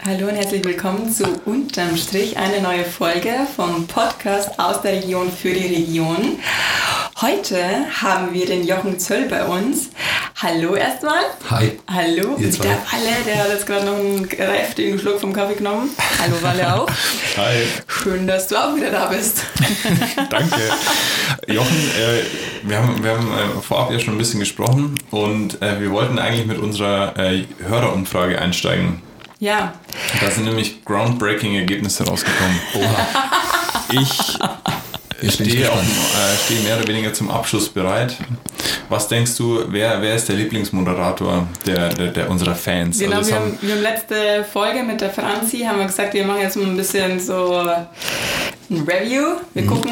Hallo und herzlich willkommen zu Unterm Strich, eine neue Folge vom Podcast aus der Region für die Region. Heute haben wir den Jochen Zöll bei uns. Hallo erstmal. Hi. Hallo. Ihr zwei. Der Walle, der hat jetzt gerade noch einen kräftigen Schluck vom Kaffee genommen. Hallo Walle auch. Hi. Schön, dass du auch wieder da bist. Danke. Jochen, wir haben vorab ja schon ein bisschen gesprochen und wir wollten eigentlich mit unserer Hörerumfrage einsteigen. Ja. Da sind nämlich groundbreaking Ergebnisse rausgekommen. Oha. Ich stehe mehr oder weniger zum Abschluss bereit. Was denkst du, wer ist der Lieblingsmoderator der unserer Fans? Genau, also wir haben letzte Folge mit der Franzi, haben wir gesagt, wir machen jetzt mal ein bisschen so ein Review. Wir gucken,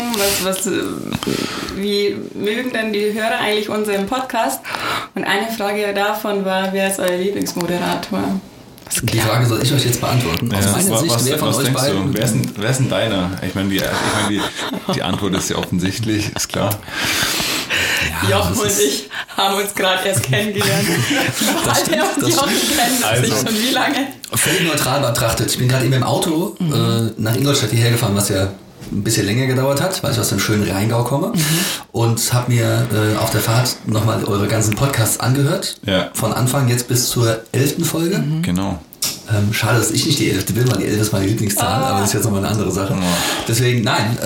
wie mögen denn die Hörer eigentlich unseren Podcast? Und eine Frage davon war, wer ist euer Lieblingsmoderator? Die Frage soll ich euch jetzt beantworten. Aus meiner Sicht, wer von euch beiden? Wer ist denn deiner? Ich meine, die Antwort ist ja offensichtlich, ist klar. Ja, Jochen und ich haben uns gerade erst kennengelernt. Alle uns Jochen kennen sich schon wie lange? Völlig neutral betrachtet. Ich bin gerade eben im Auto nach Ingolstadt hierher gefahren, was ja ein bisschen länger gedauert hat, weil ich aus dem schönen Rheingau komme und habe mir auf der Fahrt nochmal eure ganzen Podcasts angehört. Ja. Von Anfang jetzt bis zur 11. Folge. Genau. Schade, dass ich nicht die 11. bin, weil die 11 ist meine Lieblingszahl, aber das ist jetzt nochmal eine andere Sache. Deswegen, nein,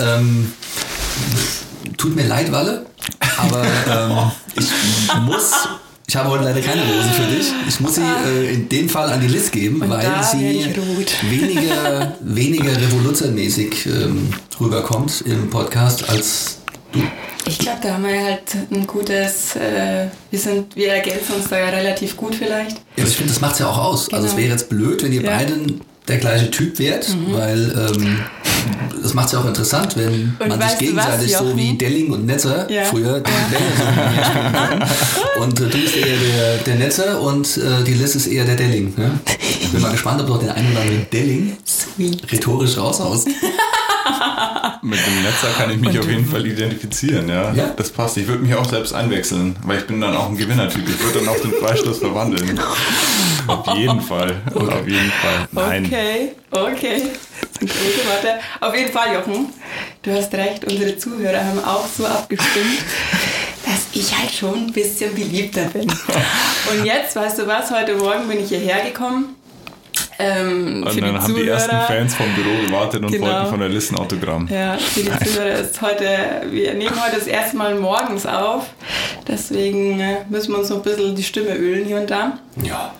tut mir leid, Walle, aber ich habe heute leider keine Rose für dich. Ich muss sie in dem Fall an die Liz geben, und weil sie weniger revolutionmäßig rüberkommt im Podcast als du. Ich glaube, da haben wir halt ein gutes, wir ergänzen uns da ja relativ gut vielleicht. Ja, ich finde, das macht es ja auch aus. Genau. Also es wäre jetzt blöd, wenn ihr beiden der gleiche Typ wärt, weil das macht es ja auch interessant, wenn man sich gegenseitig so wie Delling und Netzer früher die Bälle so spielen kann. Und du bist eher der Netzer und die Liz ist eher der Delling. Ne? Ich bin mal gespannt, ob du auch den einen oder anderen Delling rhetorisch raushaust. Mit dem Netzer kann ich mich auf jeden Fall identifizieren, ja. Das passt. Ich würde mich auch selbst einwechseln, weil ich bin dann auch ein Gewinnertyp. Ich würde dann auch den Freistoß verwandeln. Auf jeden Fall. Okay. Auf jeden Fall. Nein. Okay. Große Worte. Auf jeden Fall, Jochen, du hast recht, unsere Zuhörer haben auch so abgestimmt, dass ich halt schon ein bisschen beliebter bin. Und jetzt, weißt du was, heute Morgen bin ich hierher gekommen. Und dann haben die ersten Fans vom Büro gewartet und wollten von der Liz ein Autogramm. Ja, für die Zuhörer ist wir nehmen heute das erste Mal morgens auf, deswegen müssen wir uns so ein bisschen die Stimme ölen hier und da. Ja.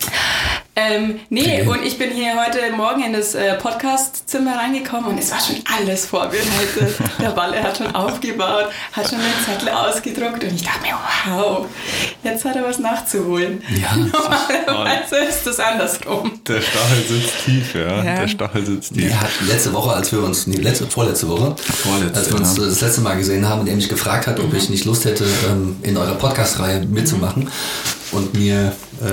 Und ich bin hier heute Morgen in das Podcastzimmer reingekommen und es war schon alles vorbereitet. Der Walle hat schon aufgebaut, hat schon einen Zettel ausgedruckt und ich dachte mir, wow, jetzt hat er was nachzuholen. Ja. Normalerweise ist das andersrum. Der Stachel sitzt tief, ja. Der Stachel sitzt tief. Er hat letzte Woche, als wir uns, vorletzte Woche, als wir uns das letzte Mal gesehen haben und er mich gefragt hat, ob ich nicht Lust hätte, in eurer Podcast-Reihe mitzumachen und mir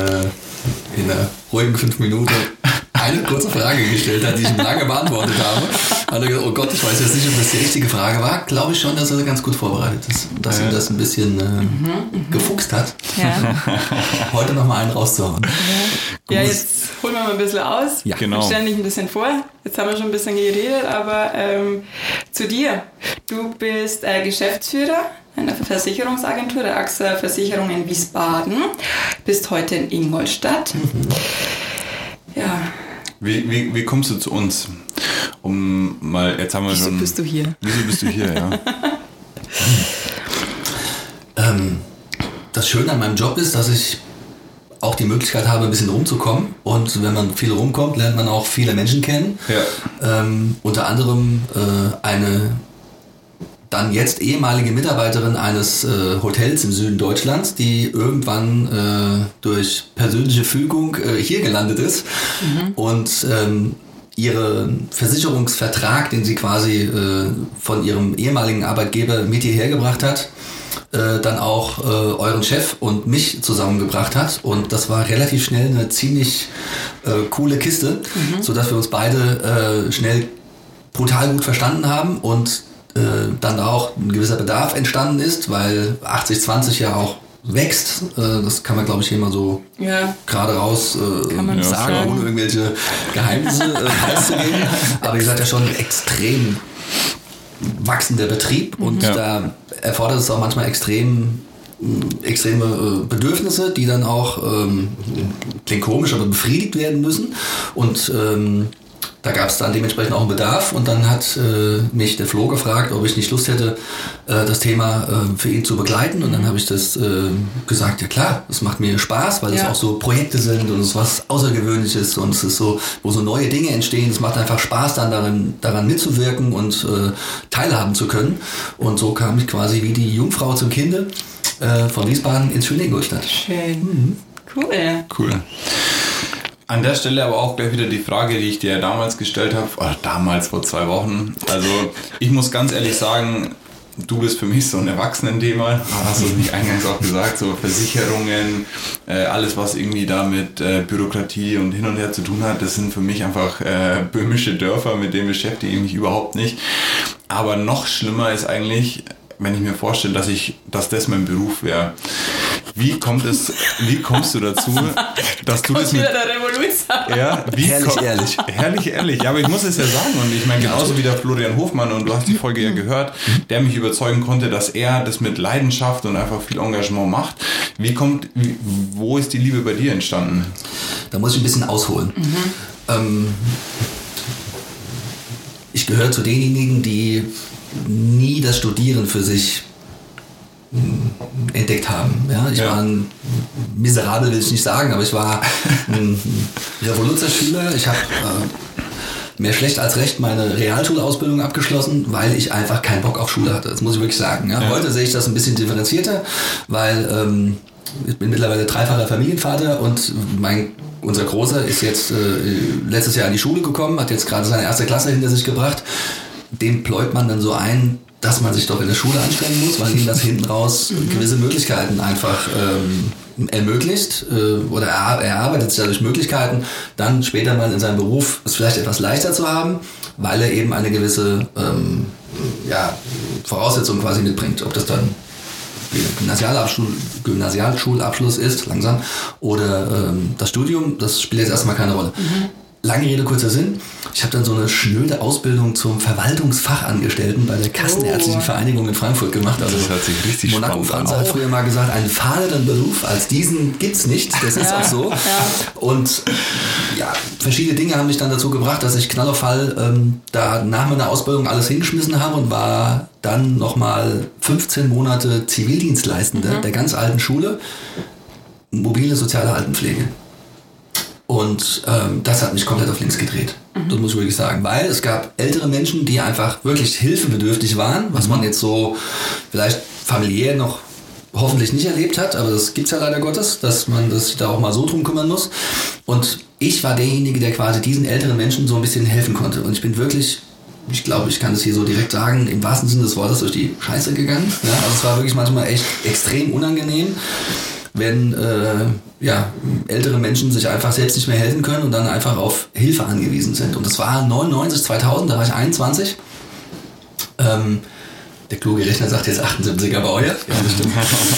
in einer ruhigen 5 Minuten eine kurze Frage gestellt hat, die ich ihm lange beantwortet habe. Hat er gesagt, oh Gott, ich weiß jetzt nicht, ob das die richtige Frage war. Glaube ich schon, dass er ganz gut vorbereitet ist. Dass ihm das ein bisschen gefuchst hat. Ja. Heute nochmal einen rauszuhauen. Ja, jetzt holen wir mal ein bisschen aus. Ja, genau. Wir stellen dich ein bisschen vor. Jetzt haben wir schon ein bisschen geredet, aber zu dir. Du bist Geschäftsführer einer Versicherungsagentur, der AXA Versicherung in Wiesbaden. Bist heute in Ingolstadt. Ja. Wie kommst du zu uns? Jetzt haben wir Wieso bist du hier? Wieso bist du hier, ja? Das Schöne an meinem Job ist, dass ich auch die Möglichkeit habe, ein bisschen rumzukommen. Und wenn man viel rumkommt, lernt man auch viele Menschen kennen. Ja. Unter anderem eine dann jetzt ehemalige Mitarbeiterin eines Hotels im Süden Deutschlands, die irgendwann durch persönliche Fügung hier gelandet ist und ihren Versicherungsvertrag, den sie quasi von ihrem ehemaligen Arbeitgeber mit hierher gebracht hat, dann auch euren Chef und mich zusammengebracht hat. Und das war relativ schnell eine ziemlich coole Kiste, sodass wir uns beide schnell brutal gut verstanden haben und dann auch ein gewisser Bedarf entstanden ist, weil 80-20 ja auch wächst. Das kann man, glaube ich, hier mal so gerade raus sagen, ohne irgendwelche Geheimnisse preiszugeben. Aber ihr seid ja schon extrem wachsender Betrieb und da erfordert es auch manchmal extreme Bedürfnisse, die dann auch, klingt komisch, aber befriedigt werden müssen. Und da gab es dann dementsprechend auch einen Bedarf und dann hat mich der Flo gefragt, ob ich nicht Lust hätte, das Thema für ihn zu begleiten. Und dann habe ich das gesagt, ja klar, das macht mir Spaß, weil es auch so Projekte sind und es ist was Außergewöhnliches und es ist so, wo so neue Dinge entstehen. Es macht einfach Spaß, dann daran mitzuwirken und teilhaben zu können. Und so kam ich quasi wie die Jungfrau zum Kinde von Wiesbaden ins schöne Ingolstadt. Schön. Cool. An der Stelle aber auch gleich wieder die Frage, die ich dir damals gestellt habe, oder damals vor 2 Wochen. Also ich muss ganz ehrlich sagen, du bist für mich so ein Erwachsenen-Thema, hast du nicht eingangs auch gesagt, so Versicherungen, alles was irgendwie da mit Bürokratie und hin und her zu tun hat, das sind für mich einfach böhmische Dörfer, mit denen beschäftige ich mich überhaupt nicht. Aber noch schlimmer ist eigentlich, wenn ich mir vorstelle, dass das mein Beruf wäre. Wie kommst du dazu, dass du das mit... wieder der Revolution. Ja, herrlich ehrlich. Ja, aber ich muss es ja sagen. Und ich meine, genauso wie der Florian Hofmann, und du hast die Folge ja gehört, der mich überzeugen konnte, dass er das mit Leidenschaft und einfach viel Engagement macht. Wo ist die Liebe bei dir entstanden? Da muss ich ein bisschen ausholen. Ich gehöre zu denjenigen, die nie das Studieren für sich entdeckt haben. Ja, ich war ein miserabel, will ich nicht sagen, aber ich war ein Revoluzerschüler. Ich habe mehr schlecht als recht meine Realschulausbildung abgeschlossen, weil ich einfach keinen Bock auf Schule hatte. Das muss ich wirklich sagen. Ja. Heute sehe ich das ein bisschen differenzierter, weil ich bin mittlerweile 3-facher Familienvater und unser Großer ist jetzt letztes Jahr in die Schule gekommen, hat jetzt gerade seine 1. Klasse hinter sich gebracht. Dem pläut man dann so ein, dass man sich doch in der Schule anstrengen muss, weil ihm das hinten raus gewisse Möglichkeiten einfach ermöglicht oder er erarbeitet sich dadurch Möglichkeiten, dann später mal in seinem Beruf es vielleicht etwas leichter zu haben, weil er eben eine gewisse Voraussetzung quasi mitbringt. Ob das dann Gymnasialschulabschluss ist, langsam, oder das Studium, das spielt jetzt erstmal keine Rolle. Lange Rede, kurzer Sinn. Ich habe dann so eine schnöde Ausbildung zum Verwaltungsfachangestellten bei der Kassenärztlichen Vereinigung in Frankfurt gemacht. Also das hört sich richtig Monaco Franz hat früher mal gesagt, einen fahrenden Beruf als diesen gibt's nicht. Das ist auch so. Und verschiedene Dinge haben mich dann dazu gebracht, dass ich knall auf Fall da nach meiner Ausbildung alles hingeschmissen habe und war dann nochmal 15 Monate Zivildienstleistender der ganz alten Schule, mobile soziale Altenpflege. Und das hat mich komplett auf links gedreht. Das muss ich wirklich sagen. Weil es gab ältere Menschen, die einfach wirklich hilfebedürftig waren, was man jetzt so vielleicht familiär noch hoffentlich nicht erlebt hat, aber das gibt's ja leider Gottes, dass man sich da auch mal so drum kümmern muss. Und ich war derjenige, der quasi diesen älteren Menschen so ein bisschen helfen konnte. Und ich bin wirklich, ich glaube, ich kann das hier so direkt sagen, im wahrsten Sinne des Wortes durch die Scheiße gegangen. Ja, also es war wirklich manchmal echt extrem unangenehm, wenn ältere Menschen sich einfach selbst nicht mehr helfen können und dann einfach auf Hilfe angewiesen sind. Und das war 99, 2000, da war ich 21. Der kluge Rechner sagt jetzt 78er Baujahr. Ja, das stimmt.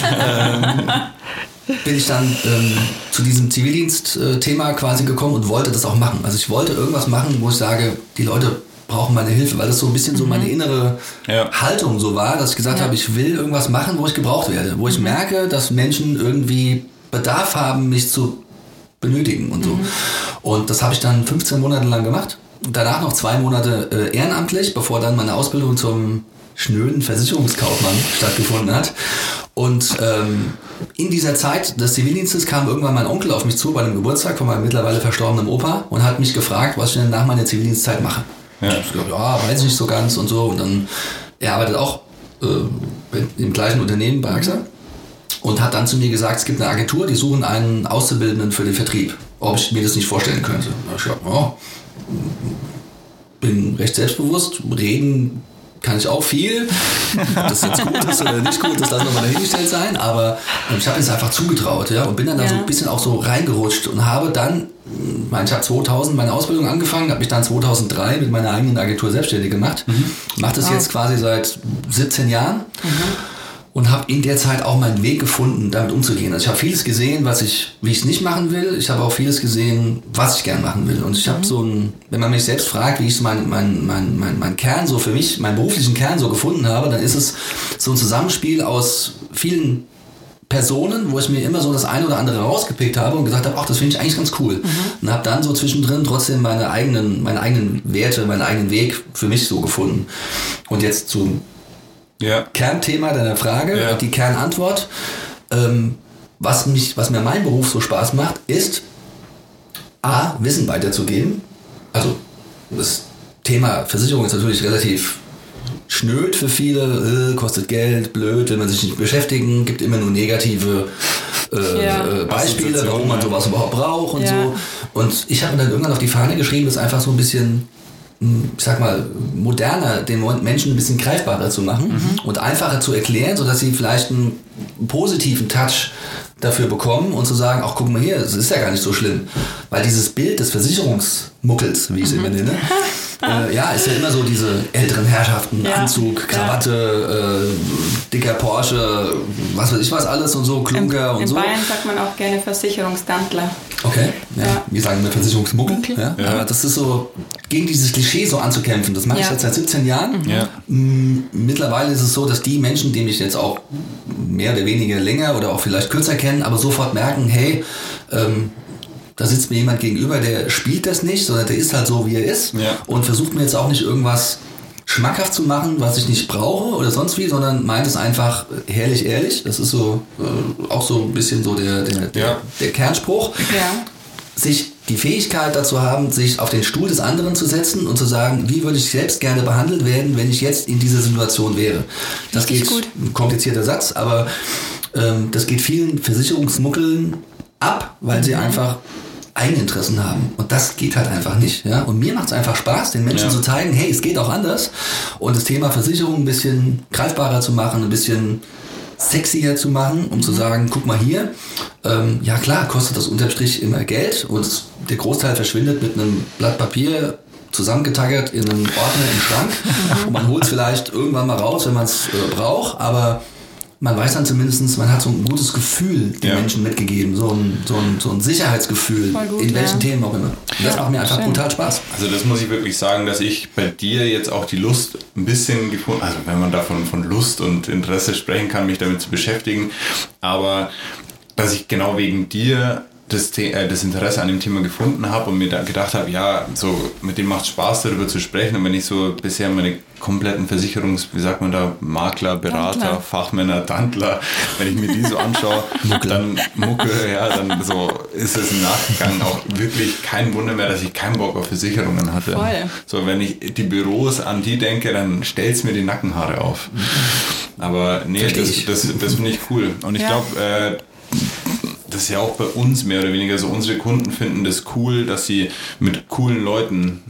Bin ich dann zu diesem Zivildienstthema quasi gekommen und wollte das auch machen. Also ich wollte irgendwas machen, wo ich sage, die Leute brauchen meine Hilfe, weil das so ein bisschen so meine innere Haltung so war, dass ich gesagt habe, ich will irgendwas machen, wo ich gebraucht werde, wo ich merke, dass Menschen irgendwie Bedarf haben, mich zu benötigen und so. Und das habe ich dann 15 Monate lang gemacht. Danach noch 2 Monate ehrenamtlich, bevor dann meine Ausbildung zum schnöden Versicherungskaufmann stattgefunden hat. Und in dieser Zeit des Zivildienstes kam irgendwann mein Onkel auf mich zu bei einem Geburtstag von meinem mittlerweile verstorbenen Opa und hat mich gefragt, was ich denn nach meiner Zivildienstzeit mache. Ja. Ich glaube, weiß ich nicht so ganz und so. Und dann, er arbeitet auch im gleichen Unternehmen bei AXA und hat dann zu mir gesagt, es gibt eine Agentur, die suchen einen Auszubildenden für den Vertrieb. Ob ich mir das nicht vorstellen könnte. Ich glaube, bin recht selbstbewusst, reden kann ich auch viel. Ob das jetzt gut ist oder nicht gut, das lassen wir mal dahingestellt sein. Aber ich habe es einfach zugetraut, und bin dann da so ein bisschen auch so reingerutscht und habe dann, ich habe 2000 meine Ausbildung angefangen, habe mich dann 2003 mit meiner eigenen Agentur selbstständig gemacht. Mache das jetzt quasi seit 17 Jahren. und habe in der Zeit auch meinen Weg gefunden, damit umzugehen. Also ich habe vieles gesehen, wie ich es nicht machen will. Ich habe auch vieles gesehen, was ich gern machen will. Und ich habe wenn man mich selbst fragt, wie ich mein Kern so für mich, meinen beruflichen Kern so gefunden habe, dann ist es so ein Zusammenspiel aus vielen Personen, wo ich mir immer so das eine oder andere rausgepickt habe und gesagt habe, ach, das finde ich eigentlich ganz cool. Und habe dann so zwischendrin trotzdem meine eigenen Werte, meinen eigenen Weg für mich so gefunden. Und jetzt zum Kernthema deiner Frage, die Kernantwort. Was mir mein Beruf so Spaß macht, ist A, Wissen weiterzugeben. Also das Thema Versicherung ist natürlich relativ schnöd für viele, kostet Geld, blöd, will man sich nicht beschäftigen, gibt immer nur negative Beispiele, warum man sowas überhaupt braucht und so. Und ich habe mir dann irgendwann auf die Fahne geschrieben, das einfach so ein bisschen, ich sag mal, moderner, den Menschen ein bisschen greifbarer zu machen und einfacher zu erklären, sodass sie vielleicht einen positiven Touch dafür bekommen und zu sagen, ach guck mal hier, es ist ja gar nicht so schlimm. Weil dieses Bild des Versicherungsmuckels, wie ich es immer nenne, ist ja immer so diese älteren Herrschaften, Anzug, Krawatte, dicker Porsche, was weiß ich was alles und so, kluger und so. In Bayern sagt man auch gerne Versicherungsdantler. Okay, wir sagen immer Versicherungsmuckel. Ja. Aber das ist so, gegen dieses Klischee so anzukämpfen, das mache ich jetzt seit 17 Jahren. Ja. Mittlerweile ist es so, dass die Menschen, die mich jetzt auch mehr oder weniger länger oder auch vielleicht kürzer kennen, aber sofort merken, hey, da sitzt mir jemand gegenüber, der spielt das nicht, sondern der ist halt so, wie er ist und versucht mir jetzt auch nicht irgendwas schmackhaft zu machen, was ich nicht brauche oder sonst wie, sondern meint es einfach herrlich ehrlich. Das ist so auch so ein bisschen so der Kernspruch. Ja. Sich die Fähigkeit dazu haben, sich auf den Stuhl des anderen zu setzen und zu sagen, wie würde ich selbst gerne behandelt werden, wenn ich jetzt in dieser Situation wäre. Das geht, ein komplizierter Satz, aber das geht vielen Versicherungsmuckeln ab, weil sie einfach Eigeninteressen haben. Und das geht halt einfach nicht. Ja? Und mir macht es einfach Spaß, den Menschen zu zeigen, hey, es geht auch anders. Und das Thema Versicherung ein bisschen greifbarer zu machen, ein bisschen sexier zu machen, um zu sagen, guck mal hier, ja klar, kostet das unterm Strich immer Geld und der Großteil verschwindet mit einem Blatt Papier zusammengetackert in einem Ordner im Schrank und man holt es vielleicht irgendwann mal raus, wenn man es braucht, aber man weiß dann zumindest, man hat so ein gutes Gefühl den Menschen mitgegeben, so ein Sicherheitsgefühl, gut, in welchen Themen auch immer. Und das macht mir einfach brutal Spaß. Also das muss ich wirklich sagen, dass ich bei dir jetzt auch die Lust ein bisschen gefunden, also wenn man davon von Lust und Interesse sprechen kann, mich damit zu beschäftigen, aber dass ich genau wegen dir das Interesse an dem Thema gefunden habe und mir da gedacht habe, ja, so mit dem macht Spaß, darüber zu sprechen. Und wenn ich so bisher meine kompletten Makler, Berater, Fachmänner, Dantler, wenn ich mir die so anschaue, dann dann so ist es im Nachgang auch wirklich kein Wunder mehr, dass ich keinen Bock auf Versicherungen hatte. Voll. So, wenn ich die Büros an die denke, dann stellt es mir die Nackenhaare auf. Aber nee, das finde ich cool. Und ich glaube, das ist ja auch bei uns mehr oder weniger so, unsere Kunden finden das cool, dass sie mit coolen Leuten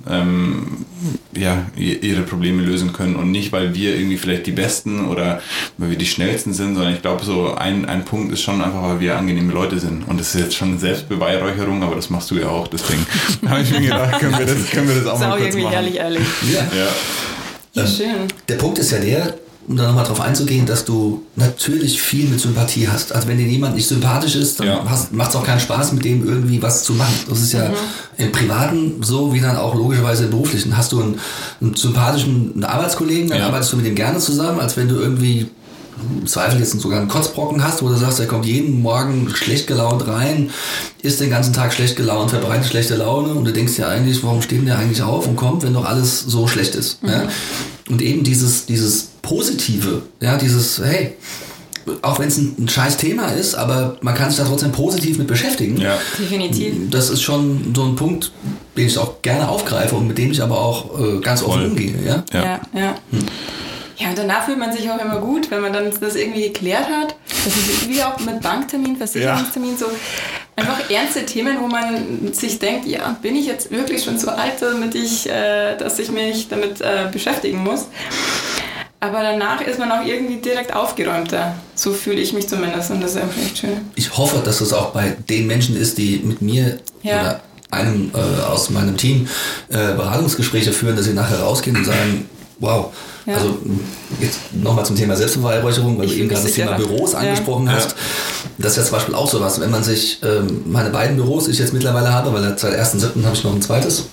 ihre Probleme lösen können und nicht, weil wir irgendwie vielleicht die Besten oder weil wir die Schnellsten sind, sondern ich glaube so ein Punkt ist schon einfach, weil wir angenehme Leute sind und das ist jetzt schon Selbstbeweihräucherung, aber das machst du ja auch, deswegen habe ich mir gedacht, können wir das auch mal kurz machen. Ehrlich. Ja, schön. Der Punkt ist ja der, um da nochmal drauf einzugehen, dass du natürlich viel mit Sympathie hast. Also wenn dir jemand nicht sympathisch ist, dann macht es auch keinen Spaß, mit dem irgendwie was zu machen. Das ist ja im Privaten so, wie dann auch logischerweise im Beruflichen. Hast du einen sympathischen Arbeitskollegen, dann arbeitest du mit dem gerne zusammen, als wenn du irgendwie im Zweifel jetzt sogar einen Kotzbrocken hast, wo du sagst, der kommt jeden Morgen schlecht gelaunt rein, ist den ganzen Tag schlecht gelaunt, verbreitet schlechte Laune und du denkst dir eigentlich, warum steht denn der eigentlich auf und kommt, wenn doch alles so schlecht ist. Ja? Und eben dieses Positive, hey, auch wenn es ein scheiß Thema ist, aber man kann sich da trotzdem positiv mit beschäftigen. Ja. Definitiv. Das ist schon so ein Punkt, den ich auch gerne aufgreife und mit dem ich aber auch ganz offen umgehe. Ja. Ja, und danach fühlt man sich auch immer gut, wenn man dann das irgendwie geklärt hat. Das ist wie auch mit Banktermin, Versicherungstermin, so einfach ernste Themen, wo man sich denkt, ja, bin ich jetzt wirklich schon so alt, dass ich mich damit beschäftigen muss. Aber danach ist man auch irgendwie direkt aufgeräumter. So fühle ich mich zumindest und das ist einfach echt schön. Ich hoffe, dass das auch bei den Menschen ist, die mit mir oder einem aus meinem Team Beratungsgespräche führen, dass sie nachher rausgehen und sagen, Wow. Ja. Also jetzt nochmal zum Thema Selbstbeweihräucherung, weil du eben gerade das Thema Büros angesprochen hast. Das ist ja zum Beispiel auch sowas, wenn man sich meine beiden Büros, die ich jetzt mittlerweile habe, weil seit 1.7. habe ich noch ein zweites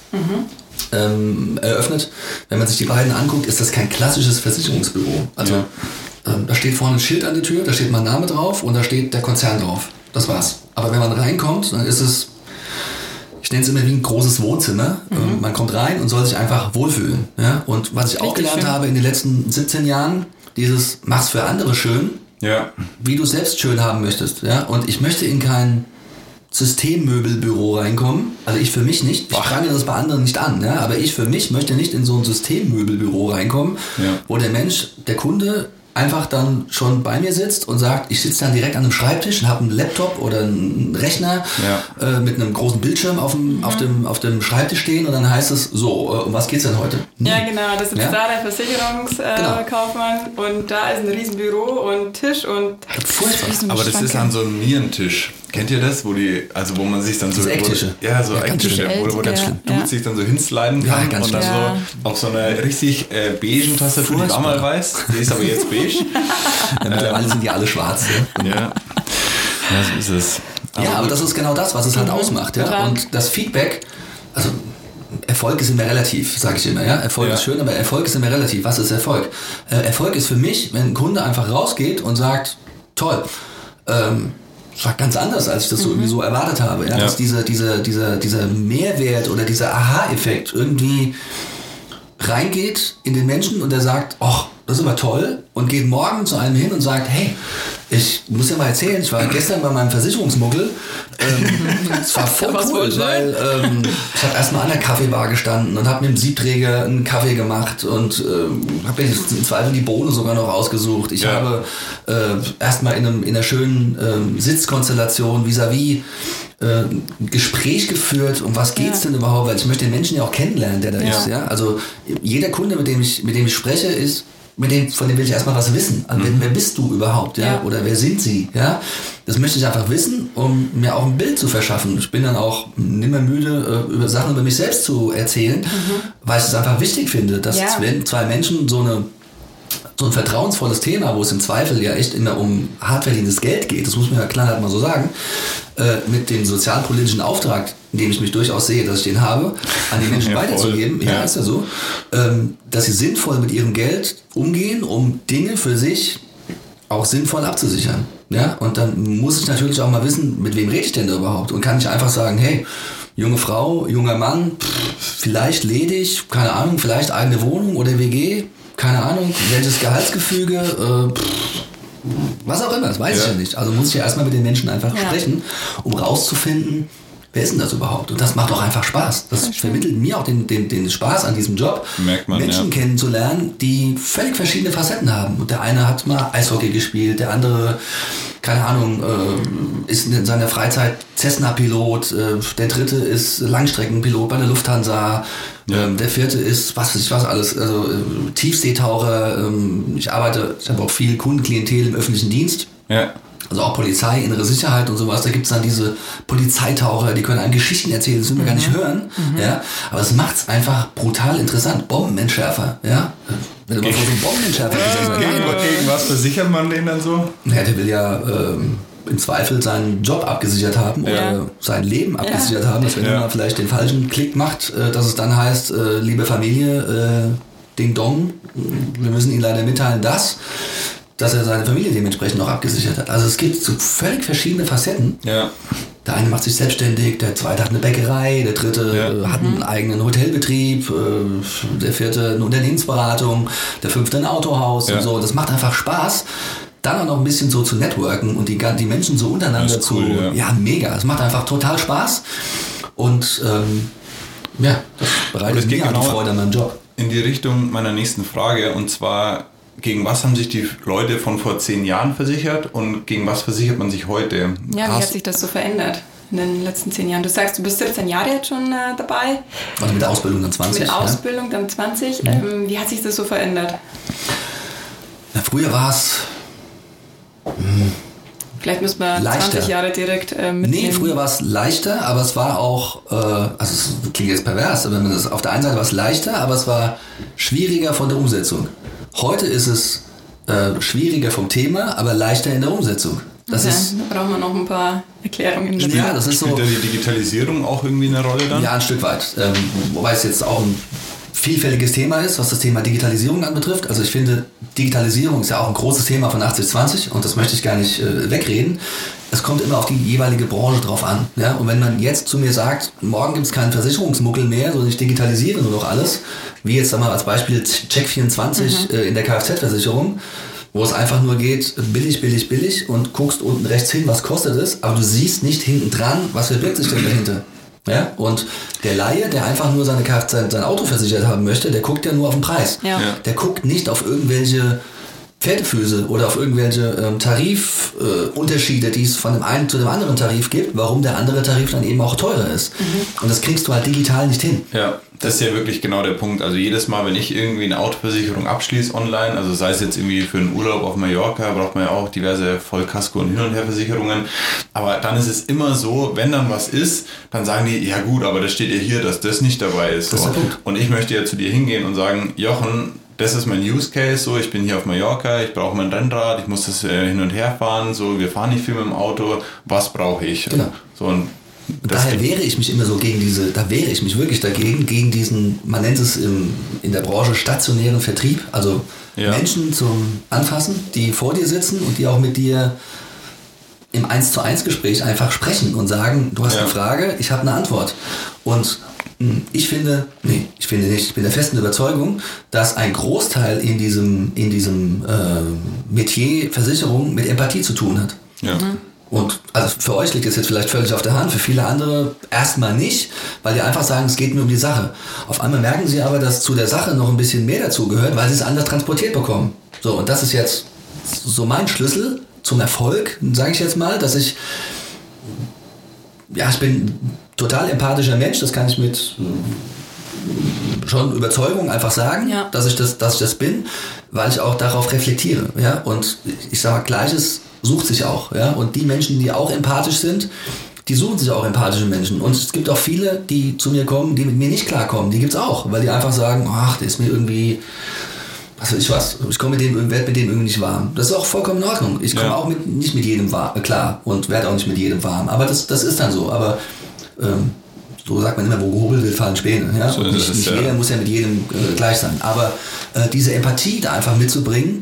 eröffnet. Wenn man sich die beiden anguckt, ist das kein klassisches Versicherungsbüro. Also da steht vorne ein Schild an der Tür, da steht mein Name drauf und da steht der Konzern drauf. Das war's. Aber wenn man reinkommt, dann ist es, ich nenne es immer wie ein großes Wohnzimmer. Man kommt rein und soll sich einfach wohlfühlen. Ja? Und was ich auch gelernt habe in den letzten 17 Jahren, dieses mach's für andere schön, wie du selbst schön haben möchtest. Ja? Und ich möchte in kein Systemmöbelbüro reinkommen. Also ich für mich nicht. Ich prangere das bei anderen nicht an. Ja? Aber ich für mich möchte nicht in so ein Systemmöbelbüro reinkommen, wo der Mensch, der Kunde, einfach dann schon bei mir sitzt und sagt, ich sitze dann direkt an einem Schreibtisch und habe einen Laptop oder einen Rechner mit einem großen Bildschirm auf dem Schreibtisch stehen und dann heißt es so, um was geht's denn heute? Ja, genau, das ist da der Versicherungskaufmann und da ist ein Riesenbüro und Tisch und aber das ist dann so ein Nierentisch. Kennt ihr das, wo man sich dann so Ecktische. Ecktische, wo der Dude sich dann so hinsliden kann und dann so auf so einer richtig beigen Tastatur, die war mal weiß, die ist aber jetzt beige. Mittlerweile sind die alle schwarz. Ja, so ist es. Aber das ist genau das, was es halt ausmacht. Ja? Und das Feedback, also Erfolg ist immer relativ, sage ich immer. Ja? Erfolg ist schön, aber Erfolg ist immer relativ. Was ist Erfolg? Erfolg ist für mich, wenn ein Kunde einfach rausgeht und sagt, toll, war ganz anders, als ich das so erwartet habe. Ja? Dass dieser Mehrwert oder dieser Aha-Effekt irgendwie reingeht in den Menschen und der sagt, ach, das ist aber toll und geht morgen zu einem hin und sagt, hey, ich muss ja mal erzählen, ich war gestern bei meinem Versicherungsmuggel, es war voll cool, weil ich habe erstmal an der Kaffeebar gestanden und habe mit dem Siebträger einen Kaffee gemacht und habe mir im Zweifel die Bohne sogar noch ausgesucht. Ich habe erstmal in einer schönen Sitzkonstellation vis-à-vis Gespräch geführt, um was geht's denn überhaupt, weil ich möchte den Menschen ja auch kennenlernen, der da ist. Ja? Also jeder Kunde, mit dem ich spreche, ist von dem will ich erstmal was wissen. Also wer bist du überhaupt? Ja? Oder wer sind sie? Ja? Das möchte ich einfach wissen, um mir auch ein Bild zu verschaffen. Ich bin dann auch nimmer müde, über Sachen über mich selbst zu erzählen, weil ich es einfach wichtig finde, dass wenn zwei Menschen so ein vertrauensvolles Thema, wo es im Zweifel ja echt immer um hart verdientes Geld geht, das muss man ja klar halt mal so sagen, mit dem sozialpolitischen Auftrag, in dem ich mich durchaus sehe, dass ich den habe, an die Menschen weiterzugeben, ist ja so, dass sie sinnvoll mit ihrem Geld umgehen, um Dinge für sich auch sinnvoll abzusichern. Ja? Und dann muss ich natürlich auch mal wissen, mit wem rede ich denn da überhaupt? Und kann ich einfach sagen, hey, junge Frau, junger Mann, vielleicht ledig, keine Ahnung, vielleicht eigene Wohnung oder WG, keine Ahnung, welches Gehaltsgefüge, was auch immer, das weiß ich ja nicht. Also muss ich ja erstmal mit den Menschen einfach sprechen, um rauszufinden, wer ist denn das überhaupt? Und das macht auch einfach Spaß. Das vermittelt mir auch den Spaß an diesem Job, Menschen kennenzulernen, die völlig verschiedene Facetten haben. Und der eine hat mal Eishockey gespielt, der andere, keine Ahnung, ist in seiner Freizeit Cessna-Pilot, der dritte ist Langstreckenpilot bei der Lufthansa, der vierte ist, was weiß ich was alles, also Tiefseetaucher, ich habe auch viel Kundenklientel im öffentlichen Dienst. Ja. Also auch Polizei, innere Sicherheit und sowas, da gibt es dann diese Polizeitaucher, die können einem Geschichten erzählen, das will man gar nicht hören, ja, aber es macht es einfach brutal interessant. Bombenentschärfer, ja, wenn du mal vor so einem Bombenentschärfer gesessen hast. Gegen was versichert man den dann so? Ja, der will ja im Zweifel seinen Job abgesichert haben oder sein Leben abgesichert haben, dass wenn er mal vielleicht den falschen Klick macht, dass es dann heißt, liebe Familie, Ding Dong, wir müssen Ihnen leider mitteilen, dass er seine Familie dementsprechend noch abgesichert hat. Also es gibt so völlig verschiedene Facetten. Ja. Der eine macht sich selbstständig, der zweite hat eine Bäckerei, der dritte hat einen eigenen Hotelbetrieb, der vierte eine Unternehmensberatung, der fünfte ein Autohaus und so. Das macht einfach Spaß. Dann auch noch ein bisschen so zu networken und die Menschen so untereinander zu... Cool, ja, mega. Es macht einfach total Spaß. Und das bereitet mir auch die Freude an meinem Job. In die Richtung meiner nächsten Frage, und zwar... Gegen was haben sich die Leute von vor 10 Jahren versichert und gegen was versichert man sich heute? Ja, wie hat sich das so verändert in den letzten 10 Jahren? Du sagst, du bist 17 Jahre jetzt schon dabei. Also mit der Ausbildung dann 20. Mit Ausbildung dann 20. Wie hat sich das so verändert? Na, früher war es... Vielleicht müssen wir 20 Jahre direkt mitnehmen. Nee, früher war es leichter, aber es war auch, also es klingt jetzt pervers, aber wenn man das, auf der einen Seite war es leichter, aber es war schwieriger von der Umsetzung. Heute ist es schwieriger vom Thema, aber leichter in der Umsetzung. Das ist, da brauchen wir noch ein paar Erklärungen. Ja, das ist Spielt da die Digitalisierung auch irgendwie eine Rolle dann? Ja, ein Stück weit. Wobei es jetzt auch ein vielfältiges Thema ist, was das Thema Digitalisierung anbetrifft. Also ich finde, Digitalisierung ist ja auch ein großes Thema von 80/20 und das möchte ich gar nicht wegreden. Es kommt immer auf die jeweilige Branche drauf an. Ja? Und wenn man jetzt zu mir sagt, morgen gibt es keinen Versicherungsmuckel mehr, sondern ich digitalisiere nur noch alles, wie jetzt mal als Beispiel Check24 in der Kfz-Versicherung, wo es einfach nur geht, billig und guckst unten rechts hin, was kostet es, aber du siehst nicht hinten dran, was verbirgt sich denn dahinter. Ja? Und der Laie, der einfach nur sein Auto versichert haben möchte, der guckt ja nur auf den Preis. Ja. Der guckt nicht auf irgendwelche Pferdefüße oder auf irgendwelche Tarifunterschiede, die es von dem einen zu dem anderen Tarif gibt, warum der andere Tarif dann eben auch teurer ist. Und das kriegst du halt digital nicht hin. Ja, das ist ja wirklich genau der Punkt. Also jedes Mal, wenn ich irgendwie eine Autoversicherung abschließe online, also sei es jetzt irgendwie für einen Urlaub auf Mallorca, braucht man ja auch diverse Vollkasko- und Hin- und Herversicherungen. Aber dann ist es immer so, wenn dann was ist, dann sagen die, ja gut, aber da steht ja hier, dass das nicht dabei ist. Das ist der Punkt. Und ich möchte ja zu dir hingehen und sagen, Jochen, das ist mein Use Case, so, ich bin hier auf Mallorca, ich brauche mein Rennrad, ich muss das hin und her fahren, so, wir fahren nicht viel mit dem Auto, was brauche ich? Genau. So, und daher wehre ich mich immer so gegen wirklich dagegen, gegen diesen, man nennt es in der Branche stationären Vertrieb, also Menschen zum Anfassen, die vor dir sitzen und die auch mit dir im 1:1 Gespräch einfach sprechen und sagen, du hast eine Frage, ich habe eine Antwort. Und ich bin der festen Überzeugung, dass ein Großteil in diesem Metier Versicherung mit Empathie zu tun hat. Ja. Und also für euch liegt es jetzt vielleicht völlig auf der Hand, für viele andere erstmal nicht, weil die einfach sagen, es geht nur um die Sache. Auf einmal merken sie aber, dass zu der Sache noch ein bisschen mehr dazu gehört, weil sie es anders transportiert bekommen. So, und das ist jetzt so mein Schlüssel zum Erfolg, sage ich jetzt mal, dass ich bin total empathischer Mensch, das kann ich mit schon Überzeugung einfach sagen, dass ich das bin, weil ich auch darauf reflektiere. Ja? Und ich sage mal, Gleiches sucht sich auch. Ja? Und die Menschen, die auch empathisch sind, die suchen sich auch empathische Menschen. Und es gibt auch viele, die zu mir kommen, die mit mir nicht klarkommen. Die gibt es auch, weil die einfach sagen, ach, der ist mir irgendwie, was weiß ich was, ich komme werde mit dem irgendwie nicht warm. Das ist auch vollkommen in Ordnung. Ich komme auch nicht mit jedem klar und werde auch nicht mit jedem warm. Aber das ist dann so. Aber so sagt man immer, wo gehobelt wird, fallen Späne. Ja? So und nicht jeder muss ja mit jedem gleich sein. Aber diese Empathie da einfach mitzubringen,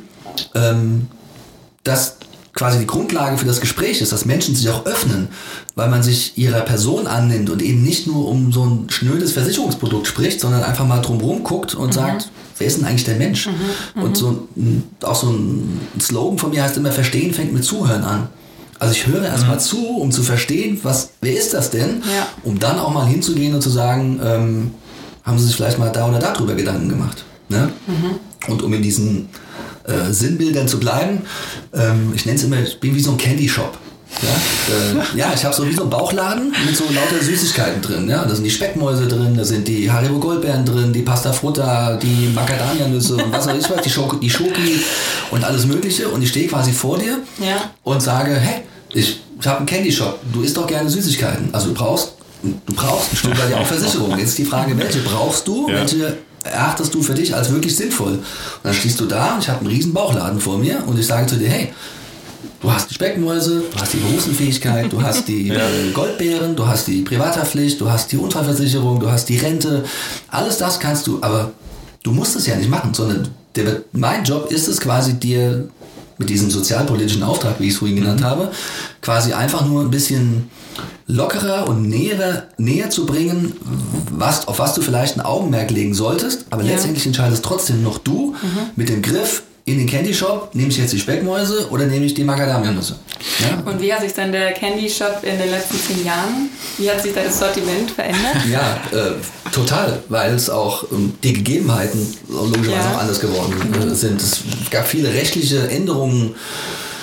das quasi die Grundlage für das Gespräch ist, dass Menschen sich auch öffnen, weil man sich ihrer Person annimmt und eben nicht nur um so ein schnödes Versicherungsprodukt spricht, sondern einfach mal drumherum guckt und sagt, wer ist denn eigentlich der Mensch? Und auch so ein Slogan von mir heißt immer, Verstehen fängt mit Zuhören an. Also ich höre erstmal zu, um zu verstehen, wer ist das denn? Ja. Um dann auch mal hinzugehen und zu sagen, haben Sie sich vielleicht mal da oder da drüber Gedanken gemacht? Ne? Und um in diesen Sinnbildern zu bleiben, ich nenne es immer, ich bin wie so ein Candy Shop. Ja, ich habe so wie so einen Bauchladen mit so lauter Süßigkeiten drin. Ja? Da sind die Speckmäuse drin, da sind die Haribo Goldbeeren drin, die Pasta Frutta, die Macadamia-Nüsse und was weiß ich was, die Schoki und alles Mögliche. Und ich stehe quasi vor dir und sage, hey, ich habe einen Candy Shop, du isst doch gerne Süßigkeiten. Also du brauchst ein Stück weit ja auch Versicherung. Jetzt ist die Frage, welche brauchst du, welche erachtest du für dich als wirklich sinnvoll? Und dann stehst du da und ich habe einen riesen Bauchladen vor mir und ich sage zu dir, hey, du hast die Speckmäuse, du hast die Berufsunfähigkeit, du hast die Goldbeeren, du hast die Privathaftpflicht, du hast die Unfallversicherung, du hast die Rente. Alles das kannst du, aber du musst es ja nicht machen, sondern mein Job ist es quasi, dir mit diesem sozialpolitischen Auftrag, wie ich es vorhin genannt habe, quasi einfach nur ein bisschen lockerer und näher zu bringen, auf was du vielleicht ein Augenmerk legen solltest, aber letztendlich entscheidest trotzdem noch du mit dem Griff in den Candy Shop, nehme ich jetzt die Speckmäuse oder nehme ich die Macadamia-Nüsse? Ja? Und wie hat sich dann der Candy Shop in den letzten 10 Jahren, wie hat sich da das Sortiment verändert? Ja, total, weil es auch die Gegebenheiten logischerweise auch anders geworden sind. Es gab viele rechtliche Änderungen.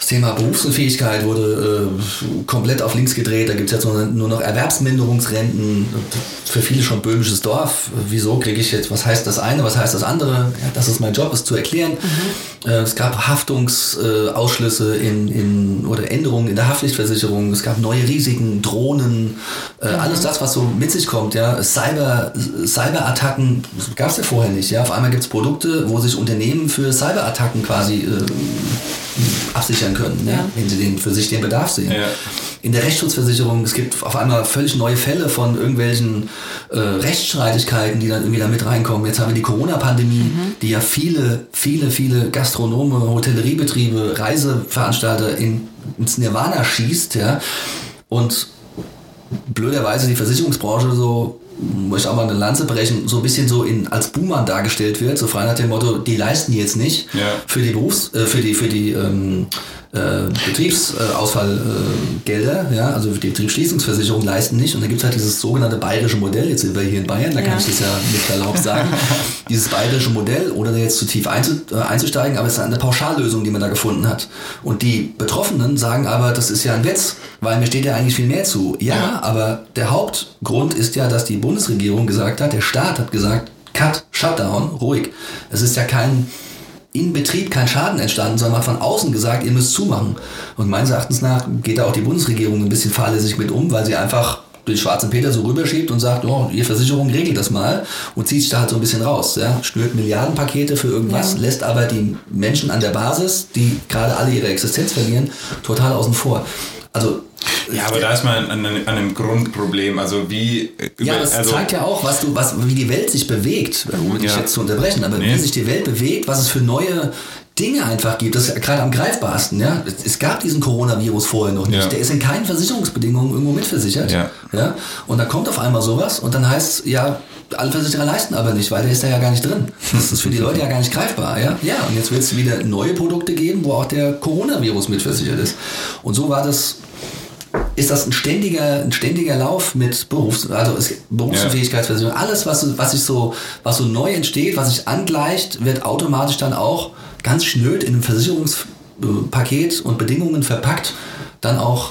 Das Thema Berufsunfähigkeit wurde komplett auf links gedreht. Da gibt es jetzt nur noch Erwerbsminderungsrenten. Für viele schon böhmisches Dorf. Wieso kriege ich jetzt, was heißt das eine, was heißt das andere? Ja, das ist mein Job, es zu erklären. Es gab Haftungsausschlüsse oder Änderungen in der Haftpflichtversicherung. Es gab neue Risiken, Drohnen, alles das, was so mit sich kommt. Ja. Cyberattacken gab es ja vorher nicht. Ja. Auf einmal gibt es Produkte, wo sich Unternehmen für Cyberattacken quasi absichern können, ja, wenn sie für sich den Bedarf sehen. Ja. In der Rechtsschutzversicherung, es gibt auf einmal völlig neue Fälle von irgendwelchen Rechtsstreitigkeiten, die dann irgendwie da mit reinkommen. Jetzt haben wir die Corona-Pandemie, die ja viele Gastronome, Hotelleriebetriebe, Reiseveranstalter ins Nirvana schießt, ja, und blöderweise die Versicherungsbranche so, muss ich auch mal eine Lanze brechen, so ein bisschen so als Buhmann dargestellt wird, so frei nach dem Motto, die leisten jetzt nicht für die Betriebsausfallgelder, ja, also die Betriebsschließungsversicherung leisten nicht, und da gibt es halt dieses sogenannte bayerische Modell, jetzt sind wir hier in Bayern, da kann ich das ja mit Verlaub sagen, dieses bayerische Modell, ohne da jetzt zu tief einzusteigen, aber es ist eine Pauschallösung, die man da gefunden hat. Und die Betroffenen sagen aber, das ist ja ein Witz, weil mir steht ja eigentlich viel mehr zu. Ja, aber der Hauptgrund ist ja, dass die Bundesregierung gesagt hat, der Staat hat gesagt, Cut, Shutdown, ruhig. Es ist ja kein Schaden entstanden, sondern man hat von außen gesagt, ihr müsst zumachen. Und meines Erachtens nach geht da auch die Bundesregierung ein bisschen fahrlässig mit um, weil sie einfach den schwarzen Peter so rüberschiebt und sagt, oh, ihr Versicherung regelt das mal, und zieht sich da halt so ein bisschen raus. Ja? Schnürt Milliardenpakete für irgendwas, lässt aber die Menschen an der Basis, die gerade alle ihre Existenz verlieren, total außen vor. Also ja, aber da ist man an einem Grundproblem, also wie... Ja, das zeigt ja auch, wie die Welt sich bewegt, um dich jetzt zu unterbrechen, aber wie sich die Welt bewegt, was es für neue Dinge einfach gibt, das ist gerade am greifbarsten. Ja? Es gab diesen Coronavirus vorher noch nicht, der ist in keinen Versicherungsbedingungen irgendwo mitversichert. Ja? Und da kommt auf einmal sowas und dann heißt es, ja, alle Versicherer leisten aber nicht, weil der ist da ja gar nicht drin. Das ist für die Leute ja gar nicht greifbar. Ja, und jetzt wird es wieder neue Produkte geben, wo auch der Coronavirus mitversichert ist. Und so ist das ein ständiger Lauf mit Berufsunfähigkeitsversicherung. Alles, was so neu entsteht, was sich angleicht, wird automatisch dann auch ganz schnöd in einem Versicherungspaket und Bedingungen verpackt, dann auch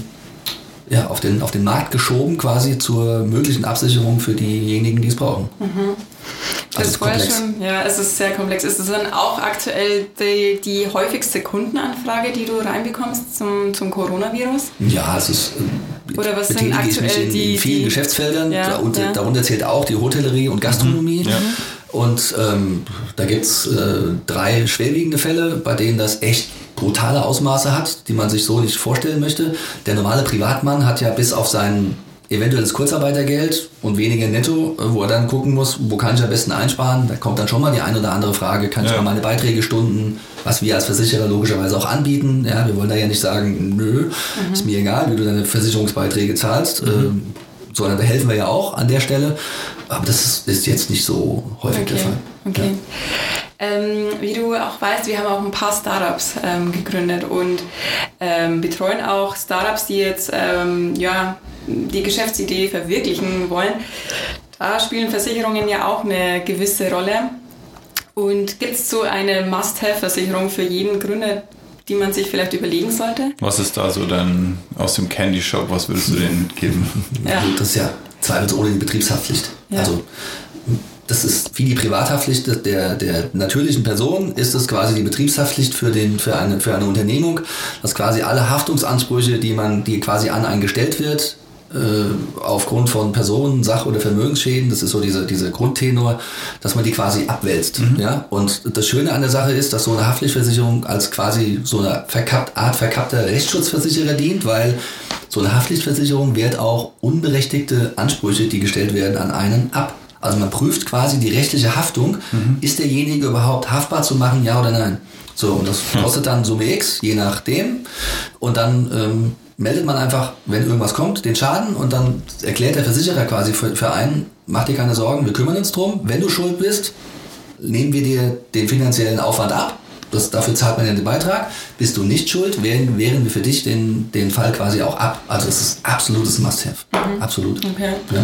auf den Markt geschoben, quasi zur möglichen Absicherung für diejenigen, die es brauchen. Das ist komplex. Es ist sehr komplex. Ist das dann auch aktuell die häufigste Kundenanfrage, die du reinbekommst zum Coronavirus? Ja, es ist... Oder was sind aktuell in vielen Geschäftsfeldern. Darunter zählt auch die Hotellerie und Gastronomie. Und da gibt es 3 schwerwiegende Fälle, bei denen das echt brutale Ausmaße hat, die man sich so nicht vorstellen möchte. Der normale Privatmann hat ja bis auf sein eventuelles Kurzarbeitergeld und weniger netto, wo er dann gucken muss, wo kann ich am besten einsparen. Da kommt dann schon mal die ein oder andere Frage, kann ich mal meine Beiträge stunden, was wir als Versicherer logischerweise auch anbieten. Ja, wir wollen da ja nicht sagen, nö, ist mir egal, wie du deine Versicherungsbeiträge zahlst, sondern da helfen wir ja auch an der Stelle. Aber das ist jetzt nicht so häufig der Fall. Okay. Wie du auch weißt, wir haben auch ein paar Startups gegründet und betreuen auch Startups, die jetzt die Geschäftsidee verwirklichen wollen. Da spielen Versicherungen ja auch eine gewisse Rolle. Und gibt es so eine Must-Have-Versicherung für jeden Gründer, die man sich vielleicht überlegen sollte? Was ist da so dann aus dem Candy Shop, was würdest du denen geben? Das ist ja zweifelsohne die Betriebshaftpflicht. Also das ist wie die Privathaftpflicht der natürlichen Person, ist es quasi die Betriebshaftpflicht für eine Unternehmung, dass quasi alle Haftungsansprüche, die quasi an einen gestellt wird, aufgrund von Personen-, Sach- oder Vermögensschäden, das ist so diese Grundtenor, dass man die quasi abwälzt. Ja? Und das Schöne an der Sache ist, dass so eine Haftpflichtversicherung als quasi so eine Art verkappter Rechtsschutzversicherer dient, weil so eine Haftpflichtversicherung wehrt auch unberechtigte Ansprüche, die gestellt werden, an einen ab. Also man prüft quasi die rechtliche Haftung. Ist derjenige überhaupt haftbar zu machen, ja oder nein? So, und das kostet dann Summe X, je nachdem. Und dann meldet man einfach, wenn irgendwas kommt, den Schaden, und dann erklärt der Versicherer quasi für einen, mach dir keine Sorgen, wir kümmern uns drum. Wenn du schuld bist, nehmen wir dir den finanziellen Aufwand ab. Dafür zahlt man ja den Beitrag. Bist du nicht schuld, wehren wir für dich den Fall quasi auch ab. Also es ist absolutes Must-Have. Absolut. Okay. Ja.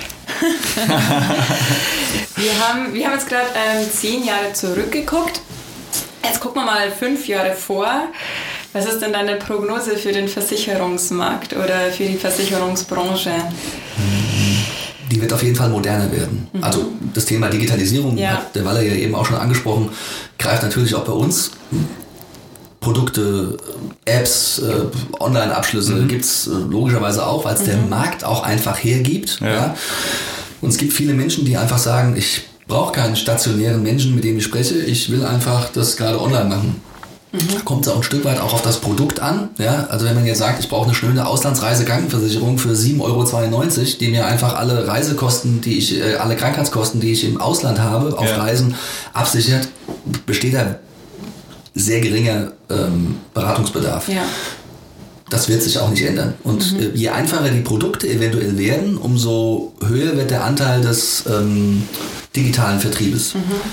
Wir haben jetzt gerade 10 Jahre zurückgeguckt. Jetzt gucken wir mal 5 Jahre vor. Was ist denn deine Prognose für den Versicherungsmarkt oder für die Versicherungsbranche? Die wird auf jeden Fall moderner werden. Also das Thema Digitalisierung, hat der Walle ja eben auch schon angesprochen, greift natürlich auch bei uns. Produkte, Apps, Online-Abschlüsse gibt es logischerweise auch, weil es der Markt auch einfach hergibt. Ja. Und es gibt viele Menschen, die einfach sagen, ich brauche keinen stationären Menschen, mit dem ich spreche, ich will einfach das gerade online machen. Da kommt es auch ein Stück weit auch auf das Produkt an. Ja? Also wenn man jetzt sagt, ich brauche eine schöne Auslandsreisekrankenversicherung für 7,92 €, die mir einfach alle Reisekosten, alle Krankheitskosten, die ich im Ausland habe, auf Reisen absichert, besteht da sehr geringer Beratungsbedarf. Ja. Das wird sich auch nicht ändern. Und je einfacher die Produkte eventuell werden, umso höher wird der Anteil des digitalen Vertriebes.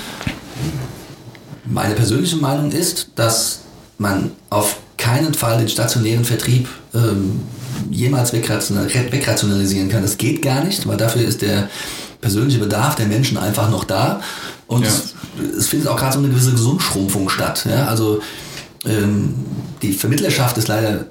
Meine persönliche Meinung ist, dass man auf keinen Fall den stationären Vertrieb jemals wegrationalisieren kann. Das geht gar nicht, weil dafür ist der persönliche Bedarf der Menschen einfach noch da. Und es findet auch gerade so eine gewisse Gesundschrumpfung statt. Ja? Also die Vermittlerschaft ist leider,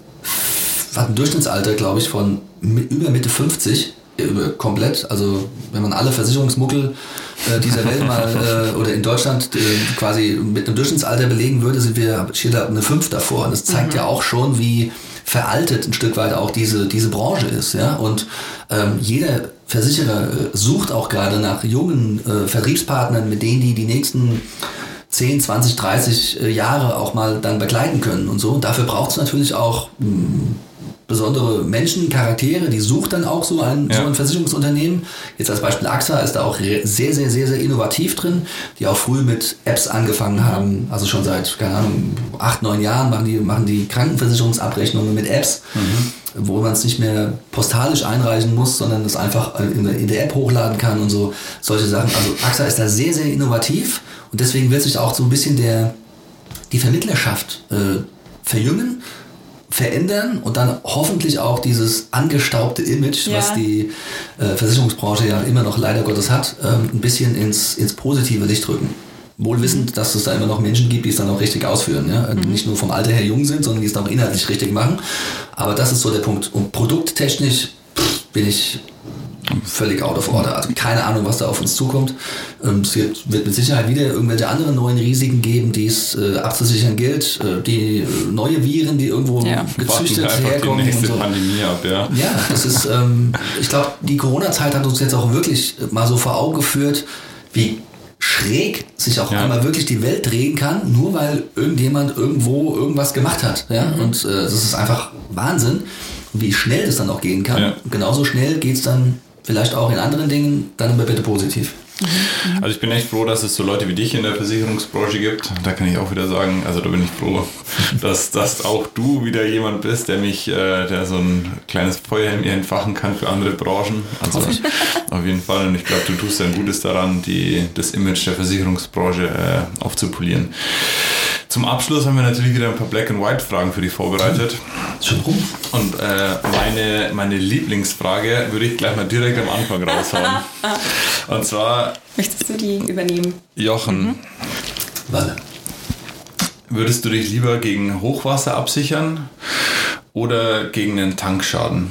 hat ein Durchschnittsalter, glaube ich, von über Mitte 50. Komplett, also wenn man alle Versicherungsmuckel dieser Welt mal oder in Deutschland quasi mit einem Durchschnittsalter belegen würde, steht da eine 5 davor. Und das zeigt ja auch schon, wie veraltet ein Stück weit auch diese Branche ist. Ja? Und jeder Versicherer sucht auch gerade nach jungen Vertriebspartnern, mit denen die nächsten 10, 20, 30 Jahre auch mal dann begleiten können und so. Und dafür braucht es natürlich auch besondere Menschen, Charaktere, die sucht dann auch so ein Versicherungsunternehmen. Jetzt als Beispiel AXA ist da auch sehr, sehr, sehr, sehr innovativ drin, die auch früh mit Apps angefangen haben, also schon seit, keine Ahnung, 8, 9 Jahren machen die Krankenversicherungsabrechnungen mit Apps, wo man es nicht mehr postalisch einreichen muss, sondern es einfach in der App hochladen kann und so, solche Sachen. Also AXA ist da sehr, sehr innovativ und deswegen wird sich auch so ein bisschen die Vermittlerschaft verjüngen, verändern und dann hoffentlich auch dieses angestaubte Image, was die Versicherungsbranche ja immer noch leider Gottes hat, ein bisschen ins positive Licht rücken. Wohl wissend, dass es da immer noch Menschen gibt, die es dann auch richtig ausführen. Ja? Nicht nur vom Alter her jung sind, sondern die es dann auch inhaltlich richtig machen. Aber das ist so der Punkt. Und produkttechnisch bin ich völlig out of order. Also keine Ahnung, was da auf uns zukommt. Es wird mit Sicherheit wieder irgendwelche anderen neuen Risiken geben, die es abzusichern gilt. Die neue Viren, die irgendwo gezüchtet herkommen. Die nächste und so. Pandemie ab, ja. Ja, das ist, ich glaube, die Corona-Zeit hat uns jetzt auch wirklich mal so vor Augen geführt, wie schräg sich auch einmal wirklich die Welt drehen kann, nur weil irgendjemand irgendwo irgendwas gemacht hat. Ja? Und das ist einfach Wahnsinn, wie schnell das dann auch gehen kann. Ja. Und genauso schnell geht es dann vielleicht auch in anderen Dingen, dann aber bitte positiv. Also ich bin echt froh, dass es so Leute wie dich in der Versicherungsbranche gibt. Da kann ich auch wieder sagen, also da bin ich froh, dass auch du wieder jemand bist, der so ein kleines Feuer in mir entfachen kann für andere Branchen. Also auf jeden Fall. Und ich glaube, du tust ein Gutes daran, das Image der Versicherungsbranche aufzupolieren. Zum Abschluss haben wir natürlich wieder ein paar Black-and-White-Fragen für dich vorbereitet. Schon rum. Und meine Lieblingsfrage würde ich gleich mal direkt am Anfang raushauen. Und zwar... Möchtest du die übernehmen? Jochen. Walle. Würdest du dich lieber gegen Hochwasser absichern oder gegen einen Tankschaden?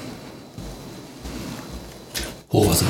Hochwasser.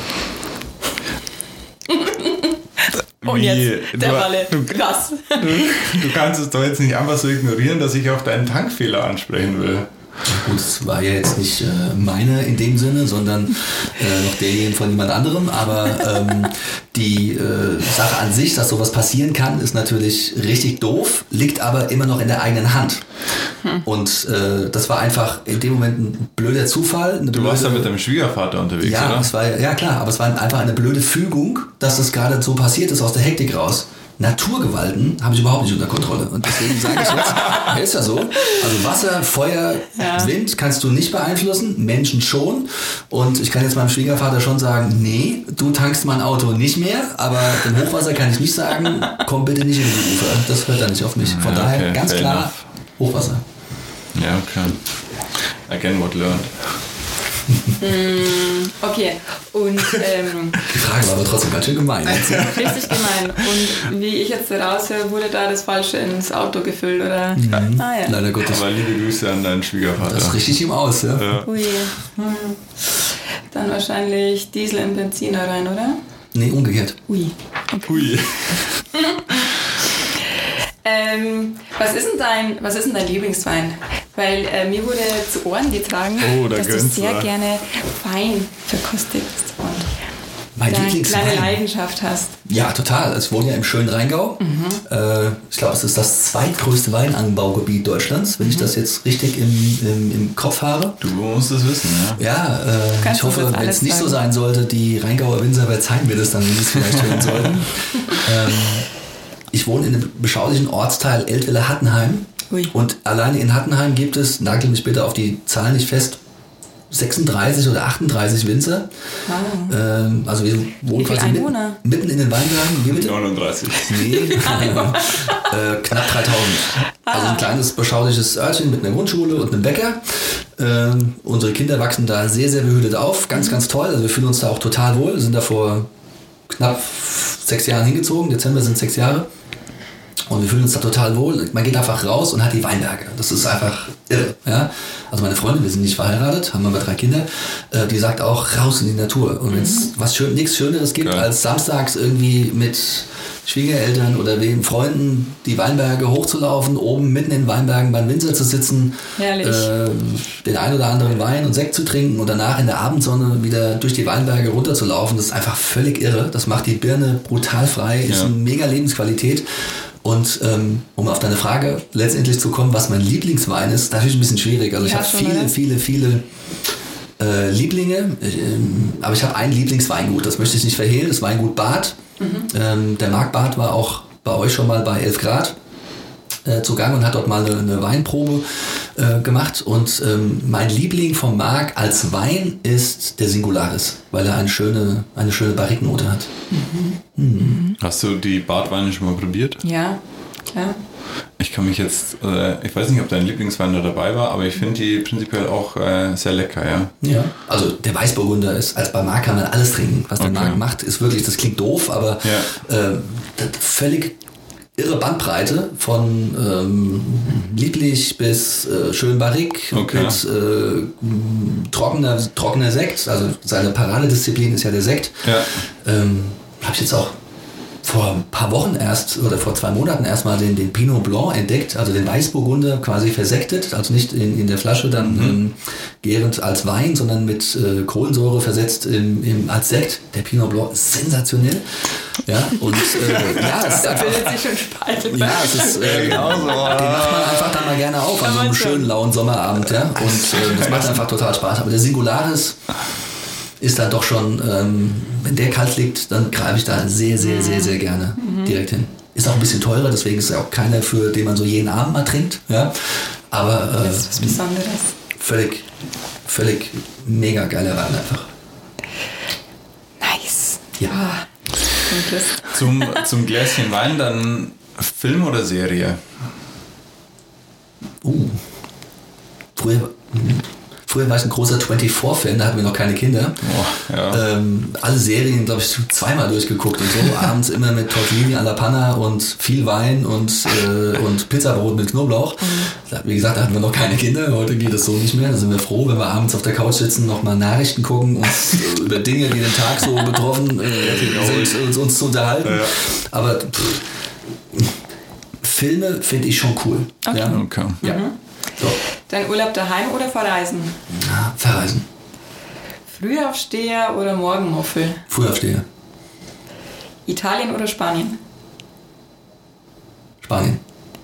Und jetzt der Walle. Was? Du kannst es doch jetzt nicht einfach so ignorieren, dass ich auf deinen Tankfehler ansprechen will. Gut, es war ja jetzt nicht meine in dem Sinne, sondern noch derjenige von jemand anderem. Aber die Sache an sich, dass sowas passieren kann, ist natürlich richtig doof, liegt aber immer noch in der eigenen Hand. Und das war einfach in dem Moment ein blöder Zufall. Du warst ja mit deinem Schwiegervater unterwegs, oder? Es war, ja klar, aber es war einfach eine blöde Fügung, dass das gerade so passiert ist aus der Hektik raus. Naturgewalten habe ich überhaupt nicht unter Kontrolle. Und deswegen sage ich jetzt, ist ja so. Also Wasser, Feuer, Wind kannst du nicht beeinflussen, Menschen schon. Und ich kann jetzt meinem Schwiegervater schon sagen, nee, du tankst mein Auto nicht mehr, aber im Hochwasser kann ich nicht sagen, komm bitte nicht in die Ufer. Das hört dann nicht auf mich. Von daher ganz klar Hochwasser. Ja, okay. Again what learned. Okay, und die Frage war aber trotzdem ganz schön gemein. Richtig gemein. Und wie ich jetzt raushöre, wurde da das Falsche ins Auto gefüllt, oder? Nein. Ah, ja. Leider Gottes. Aber liebe Grüße an deinen Schwiegervater. Das richtig ihm aus, ja. Ui. Dann wahrscheinlich Diesel in Benziner rein, oder? Nee, umgekehrt. Ui. Okay. Ui. Was ist denn dein Lieblingswein? Weil mir wurde zu Ohren getragen, dass du sehr gerne Wein verkostigst und mein Lieblingswein. Kleine Leidenschaft hast. Ja, total. Ich wohne ja im schönen Rheingau. Ich glaube, es ist das zweitgrößte Weinanbaugebiet Deutschlands, wenn ich das jetzt richtig im Kopf habe. Du musst es wissen, ja. Ja, ich hoffe, wenn es nicht so sein sollte, die Rheingauer Winzer verzeihen mir das dann, wenn sie es vielleicht hören sollten. Ich wohne in einem beschaulichen Ortsteil Eltville-Hattenheim. Ui. Und alleine in Hattenheim gibt es, nagel mich bitte auf die Zahlen nicht fest, 36 oder 38 Winzer. Wow. Also wir wohnen quasi mitten in den Weinbergen. 39. Nee, knapp 3000. Also ein kleines, beschauliches Örtchen mit einer Grundschule und einem Bäcker. Unsere Kinder wachsen da sehr, sehr behütet auf. Ganz, ganz toll. Also wir fühlen uns da auch total wohl. Wir sind da vor knapp 6 Jahren hingezogen. Dezember sind 6 Jahre. Und wir fühlen uns da total wohl. Man geht einfach raus und hat die Weinberge. Das ist einfach irre. Ja? Also meine Freundin, wir sind nicht verheiratet, haben aber 3 Kinder, die sagt auch, raus in die Natur. Und wenn es nichts Schöneres gibt, als samstags irgendwie mit Schwiegereltern oder Freunden die Weinberge hochzulaufen, oben mitten in den Weinbergen beim Winzer zu sitzen, den ein oder anderen Wein und Sekt zu trinken und danach in der Abendsonne wieder durch die Weinberge runterzulaufen, das ist einfach völlig irre. Das macht die Birne brutal frei, ist eine mega Lebensqualität. Und um auf deine Frage letztendlich zu kommen, was mein Lieblingswein ist, natürlich ein bisschen schwierig. Also ich habe viele Lieblinge, aber ich habe ein Lieblingsweingut, das möchte ich nicht verhehlen, das Weingut Barth. Der Marc Barth war auch bei euch schon mal bei 11 Grad zugange und hat dort mal eine Weinprobe gemacht. Und mein Liebling vom Marc als Wein ist der Singularis, weil er eine schöne Barrique-Note hat. Hast du die Barth-Weine schon mal probiert? Ja, klar. Ich kann mich jetzt, ich weiß nicht, ob dein Lieblingswein da dabei war, aber ich finde die prinzipiell auch sehr lecker, ja. Ja, also der Weißburgunder ist, als bei Marc kann man alles trinken. Was der Marc macht, ist wirklich, das klingt doof, aber völlig irre Bandbreite von lieblich bis schön barrique mit trockener Sekt. Also seine Paradedisziplin ist ja der Sekt. Ja. Habe ich jetzt auch vor ein paar Wochen erst oder vor 2 Monaten erstmal den Pinot Blanc entdeckt, also den Weißburgunder quasi versektet, also nicht in der Flasche dann gärend als Wein, sondern mit Kohlensäure versetzt als Sekt. Der Pinot Blanc ist sensationell. Ja, und es ist einfach, bildet sich schon Speichel. Ja, es ist genauso. Den macht man einfach dann mal gerne auf an so einem schönen lauen Sommerabend, ja. Und das macht einfach total Spaß. Aber der Singularis ist dann doch schon, wenn der kalt liegt, dann greife ich da sehr, sehr, sehr, sehr gerne direkt hin. Ist auch ein bisschen teurer, deswegen ist es auch keiner, für den man so jeden Abend mal trinkt. Ja? Aber das ist was Besonderes. Völlig mega geiler Wein einfach. Nice. Ja. Zum Gläschen Wein dann Film oder Serie? Früher war ich ein großer 24-Fan, da hatten wir noch keine Kinder. Alle Serien, glaube ich, 2-mal durchgeguckt und so. Abends immer mit Tortellini alla Panna und viel Wein und Pizzabrot mit Knoblauch. Wie gesagt, da hatten wir noch keine Kinder. Heute geht es so nicht mehr. Da sind wir froh, wenn wir abends auf der Couch sitzen, nochmal Nachrichten gucken und über Dinge, die den Tag so betroffen sind, uns zu unterhalten. Ja. Aber Filme finde ich schon cool. Okay. Ja. Okay. Ja. So. Dein Urlaub daheim oder verreisen? Ja, verreisen. Frühaufsteher oder Morgenmuffel? Frühaufsteher. Italien oder Spanien? Spanien.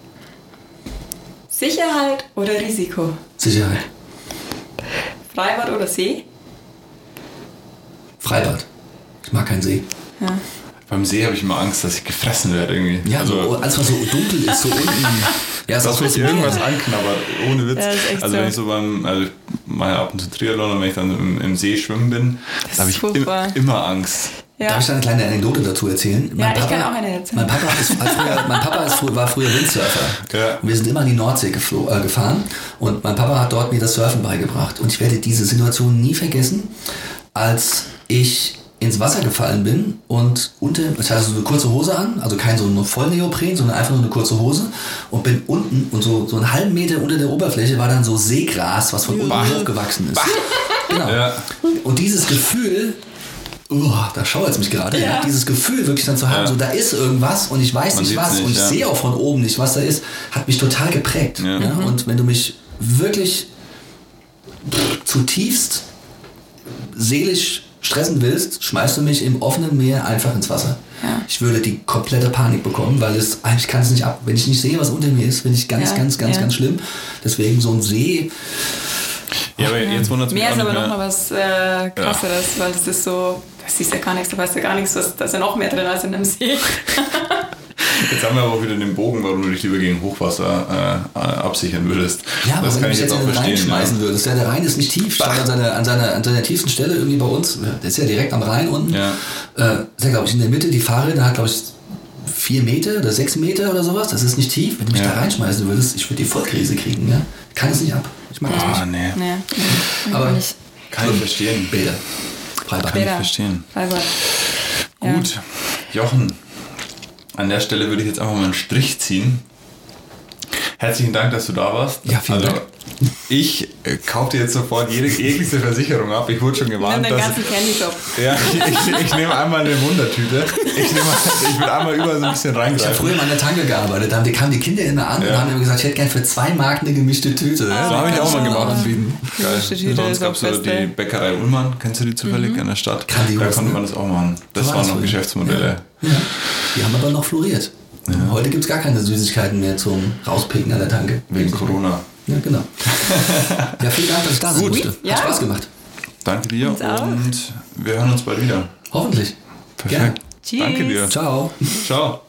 Sicherheit oder Risiko? Sicherheit. Freibad oder See? Freibad. Ich mag keinen See. Ja. Beim See habe ich immer Angst, dass ich gefressen werde irgendwie. Ja, also alles was so dunkel ist, so unten. Ja, ist dass mich irgendwas anknabbert, ohne Witz. Ja, also wenn ich so ich mache ab und zu Triathlon und wenn ich dann im See schwimmen bin, da habe ich immer Angst. Darf ich da eine kleine Anekdote dazu erzählen? Ja, ich kann auch eine erzählen. Mein Papa war früher Windsurfer. Ja. Wir sind immer in die Nordsee gefahren und mein Papa hat dort mir das Surfen beigebracht. Und ich werde diese Situation nie vergessen, als ich ins Wasser gefallen bin und ich hatte so eine kurze Hose an, also kein so ein Vollneopren, sondern einfach nur eine kurze Hose und bin unten und so einen halben Meter unter der Oberfläche war dann so Seegras, was von unten hochgewachsen ist. Genau. Ja. Und dieses Gefühl, da schauert es mich gerade. Ja. Dieses Gefühl wirklich dann zu haben, so da ist irgendwas und ich weiß nicht was und ich sehe auch von oben nicht, was da ist, hat mich total geprägt. Ja. Ja? Und wenn du mich wirklich zutiefst seelisch stressen willst, schmeißt du mich im offenen Meer einfach ins Wasser. Ja. Ich würde die komplette Panik bekommen, weil ich kann es nicht ab. Wenn ich nicht sehe, was unter mir ist, finde ich ganz schlimm. Deswegen so ein See. Ja, aber jetzt wundert es mich Meer auch ist nicht aber mehr. nochmal was Krasseres, weil das ist so, da siehst ja gar nichts, da weißt ja gar nichts, da ist ja noch mehr drin als in einem See. Jetzt haben wir aber auch wieder den Bogen, warum du dich lieber gegen Hochwasser absichern würdest. Ja, aber das wenn kann du mich ich jetzt in den Rhein schmeißen würdest, der Rhein ist nicht tief, stand an seiner tiefsten Stelle irgendwie bei uns, der ist ja direkt am Rhein unten, ist ja glaube ich in der Mitte, die Fahrrinne hat glaube ich 4 Meter oder 6 Meter oder sowas, das ist nicht tief, wenn du mich da reinschmeißen würdest, ich würde die Vollkrise kriegen, ja? Ich kann es nicht ab, ich mag das nicht. Nee. Aber kann ich verstehen. Bilder. Freibad. Kann ich verstehen. Freibad. Gut, Jochen, an der Stelle würde ich jetzt einfach mal einen Strich ziehen. Herzlichen Dank, dass du da warst. Ja, vielen Dank. Ich kaufe dir jetzt sofort jegliche Versicherung ab. Ich wurde schon gewarnt. Nimm den ganzen Candy-Shop. Ja, ich nehme einmal eine Wundertüte. Ich will einmal überall so ein bisschen reingreifen. Ich habe früher mal an der Tanke gearbeitet. Da kamen die Kinder immer an und haben immer gesagt, ich hätte gerne für 2 Mark eine gemischte Tüte. So habe ich auch mal gemacht. Gemischte Tüte. Sonst gab es so die Bäckerei Ullmann. Kennst du die zufällig an der Stadt? Grandios, da konnte man das auch machen. Das waren noch Geschäftsmodelle. Ja. Die haben aber noch floriert. Ja. Heute gibt es gar keine Süßigkeiten mehr zum Rauspicken an der Tanke. Wegen Corona. Ja, genau. Ja, vielen Dank, dass ich da sein durfte. Hat Spaß gemacht. Danke dir und wir hören uns bald wieder. Hoffentlich. Perfekt. Ja. Danke dir. Ciao. Ciao.